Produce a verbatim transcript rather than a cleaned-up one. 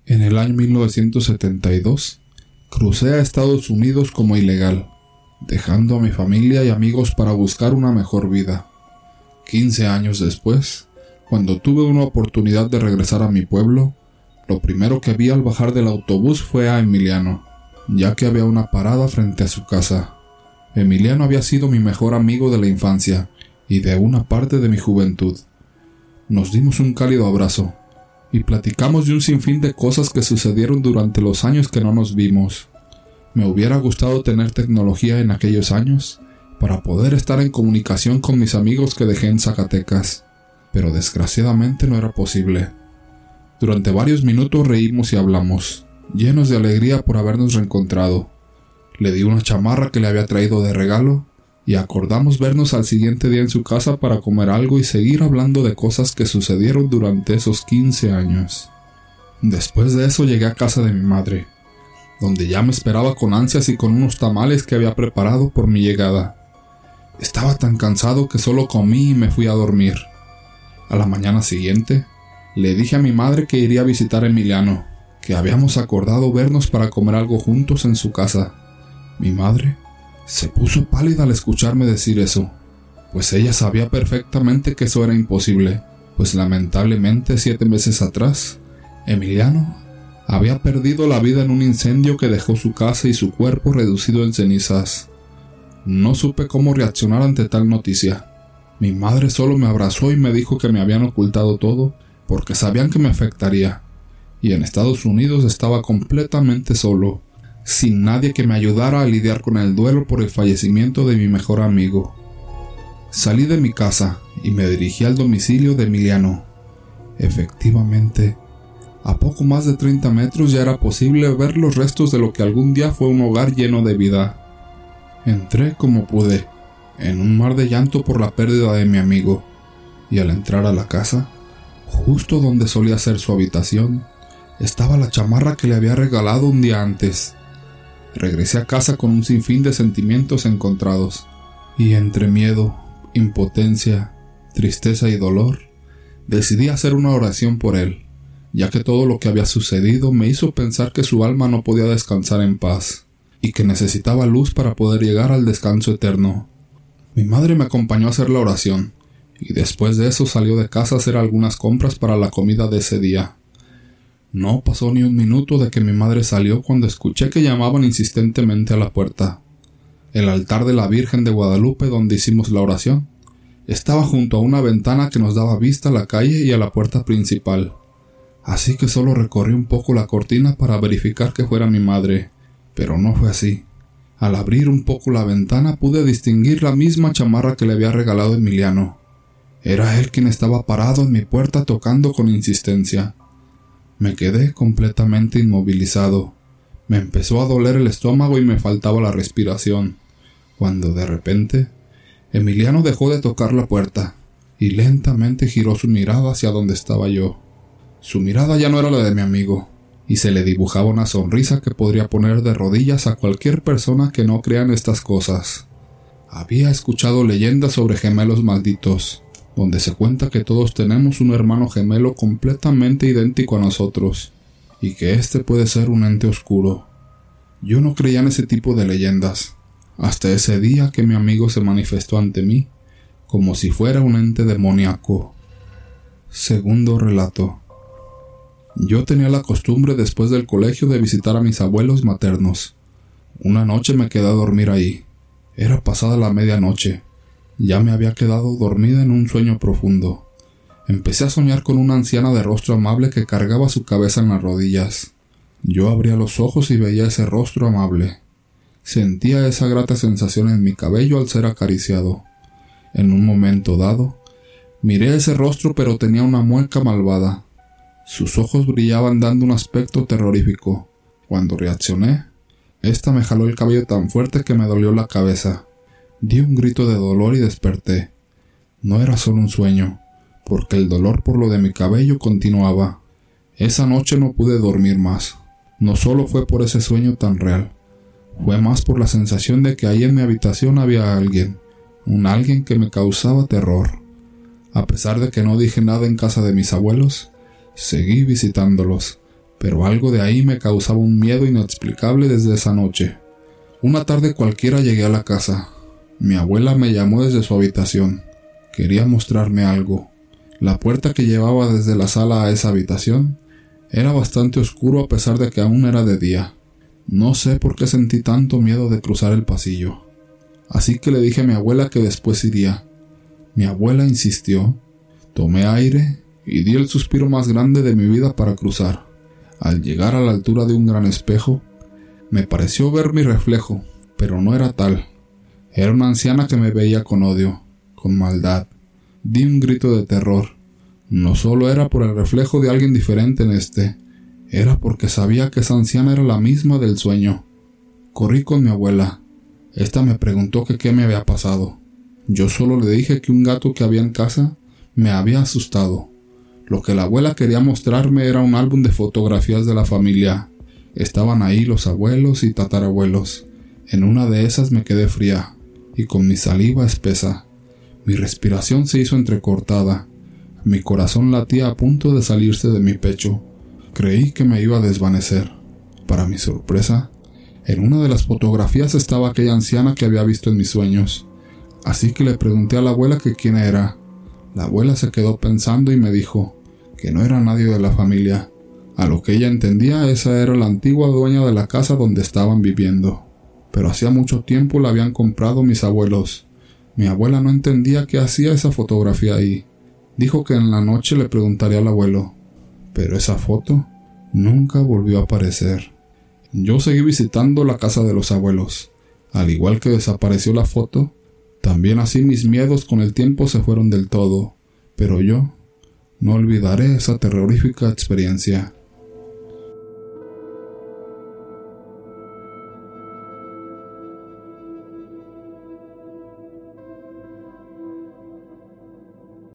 En el año mil novecientos setenta y dos, crucé a Estados Unidos como ilegal, dejando a mi familia y amigos para buscar una mejor vida. quince años después, cuando tuve una oportunidad de regresar a mi pueblo, lo primero que vi al bajar del autobús fue a Emiliano, ya que había una parada frente a su casa. Emiliano había sido mi mejor amigo de la infancia y de una parte de mi juventud. Nos dimos un cálido abrazo y platicamos de un sinfín de cosas que sucedieron durante los años que no nos vimos. Me hubiera gustado tener tecnología en aquellos años para poder estar en comunicación con mis amigos que dejé en Zacatecas, pero desgraciadamente no era posible. Durante varios minutos reímos y hablamos, llenos de alegría por habernos reencontrado. Le di una chamarra que le había traído de regalo y acordamos vernos al siguiente día en su casa para comer algo y seguir hablando de cosas que sucedieron durante esos quince años. Después de eso llegué a casa de mi madre, donde ya me esperaba con ansias y con unos tamales que había preparado por mi llegada. Estaba tan cansado que solo comí y me fui a dormir. A la mañana siguiente, le dije a mi madre que iría a visitar a Emiliano, que habíamos acordado vernos para comer algo juntos en su casa. Mi madre se puso pálida al escucharme decir eso, pues ella sabía perfectamente que eso era imposible, pues lamentablemente siete meses atrás, Emiliano había perdido la vida en un incendio que dejó su casa y su cuerpo reducido en cenizas. No supe cómo reaccionar ante tal noticia. Mi madre solo me abrazó y me dijo que me habían ocultado todo porque sabían que me afectaría, y en Estados Unidos estaba completamente solo, sin nadie que me ayudara a lidiar con el duelo por el fallecimiento de mi mejor amigo. Salí de mi casa y me dirigí al domicilio de Emiliano. Efectivamente, a poco más de treinta metros ya era posible ver los restos de lo que algún día fue un hogar lleno de vida. Entré como pude, en un mar de llanto por la pérdida de mi amigo, y al entrar a la casa, justo donde solía ser su habitación, estaba la chamarra que le había regalado un día antes. Regresé a casa con un sinfín de sentimientos encontrados, y entre miedo, impotencia, tristeza y dolor, decidí hacer una oración por él, ya que todo lo que había sucedido me hizo pensar que su alma no podía descansar en paz, y que necesitaba luz para poder llegar al descanso eterno. Mi madre me acompañó a hacer la oración, y después de eso salió de casa a hacer algunas compras para la comida de ese día. No pasó ni un minuto de que mi madre salió cuando escuché que llamaban insistentemente a la puerta. El altar de la Virgen de Guadalupe donde hicimos la oración estaba junto a una ventana que nos daba vista a la calle y a la puerta principal, así que solo recorrí un poco la cortina para verificar que fuera mi madre, pero no fue así. Al abrir un poco la ventana pude distinguir la misma chamarra que le había regalado Emiliano. Era él quien estaba parado en mi puerta tocando con insistencia. Me quedé completamente inmovilizado. Me empezó a doler el estómago y me faltaba la respiración, cuando de repente Emiliano dejó de tocar la puerta y lentamente giró su mirada hacia donde estaba yo. Su mirada ya no era la de mi amigo, y se le dibujaba una sonrisa que podría poner de rodillas a cualquier persona que no crea en estas cosas. Había escuchado leyendas sobre gemelos malditos, donde se cuenta que todos tenemos un hermano gemelo completamente idéntico a nosotros, y que éste puede ser un ente oscuro. Yo no creía en ese tipo de leyendas, hasta ese día que mi amigo se manifestó ante mí, como si fuera un ente demoníaco. Segundo relato. Yo tenía la costumbre después del colegio de visitar a mis abuelos maternos. Una noche me quedé a dormir ahí. Era pasada la medianoche. Ya me había quedado dormida en un sueño profundo. Empecé a soñar con una anciana de rostro amable que cargaba su cabeza en las rodillas. Yo abría los ojos y veía ese rostro amable. Sentía esa grata sensación en mi cabello al ser acariciado. En un momento dado, miré ese rostro pero tenía una mueca malvada. Sus ojos brillaban dando un aspecto terrorífico. Cuando reaccioné, ésta me jaló el cabello tan fuerte que me dolió la cabeza. Di un grito de dolor y desperté. No era solo un sueño, porque el dolor por lo de mi cabello continuaba. Esa noche no pude dormir más. No solo fue por ese sueño tan real, fue más por la sensación de que ahí en mi habitación había alguien, un alguien que me causaba terror. A pesar de que no dije nada en casa de mis abuelos, seguí visitándolos, pero algo de ahí me causaba un miedo inexplicable desde esa noche. Una tarde cualquiera llegué a la casa. Mi abuela me llamó desde su habitación. Quería mostrarme algo. La puerta que llevaba desde la sala a esa habitación era bastante oscuro a pesar de que aún era de día. No sé por qué sentí tanto miedo de cruzar el pasillo. Así que le dije a mi abuela que después iría. Mi abuela insistió. Tomé aire y di el suspiro más grande de mi vida para cruzar. Al llegar a la altura de un gran espejo, me pareció ver mi reflejo, pero no era tal. Era una anciana que me veía con odio, con maldad. Di un grito de terror. No solo era por el reflejo de alguien diferente en este, era porque sabía que esa anciana era la misma del sueño. Corrí con mi abuela. Esta me preguntó que qué me había pasado. Yo solo le dije que un gato que había en casa me había asustado. Lo que la abuela quería mostrarme era un álbum de fotografías de la familia. Estaban ahí los abuelos y tatarabuelos. En una de esas me quedé fría, y con mi saliva espesa. Mi respiración se hizo entrecortada. Mi corazón latía a punto de salirse de mi pecho. Creí que me iba a desvanecer. Para mi sorpresa, en una de las fotografías estaba aquella anciana que había visto en mis sueños. Así que le pregunté a la abuela que quién era. La abuela se quedó pensando y me dijo que no era nadie de la familia. A lo que ella entendía, esa era la antigua dueña de la casa donde estaban viviendo. Pero hacía mucho tiempo la habían comprado mis abuelos. Mi abuela no entendía qué hacía esa fotografía ahí. Dijo que en la noche le preguntaría al abuelo. Pero esa foto nunca volvió a aparecer. Yo seguí visitando la casa de los abuelos. Al igual que desapareció la foto, también así mis miedos con el tiempo se fueron del todo. Pero yo no olvidaré esa terrorífica experiencia.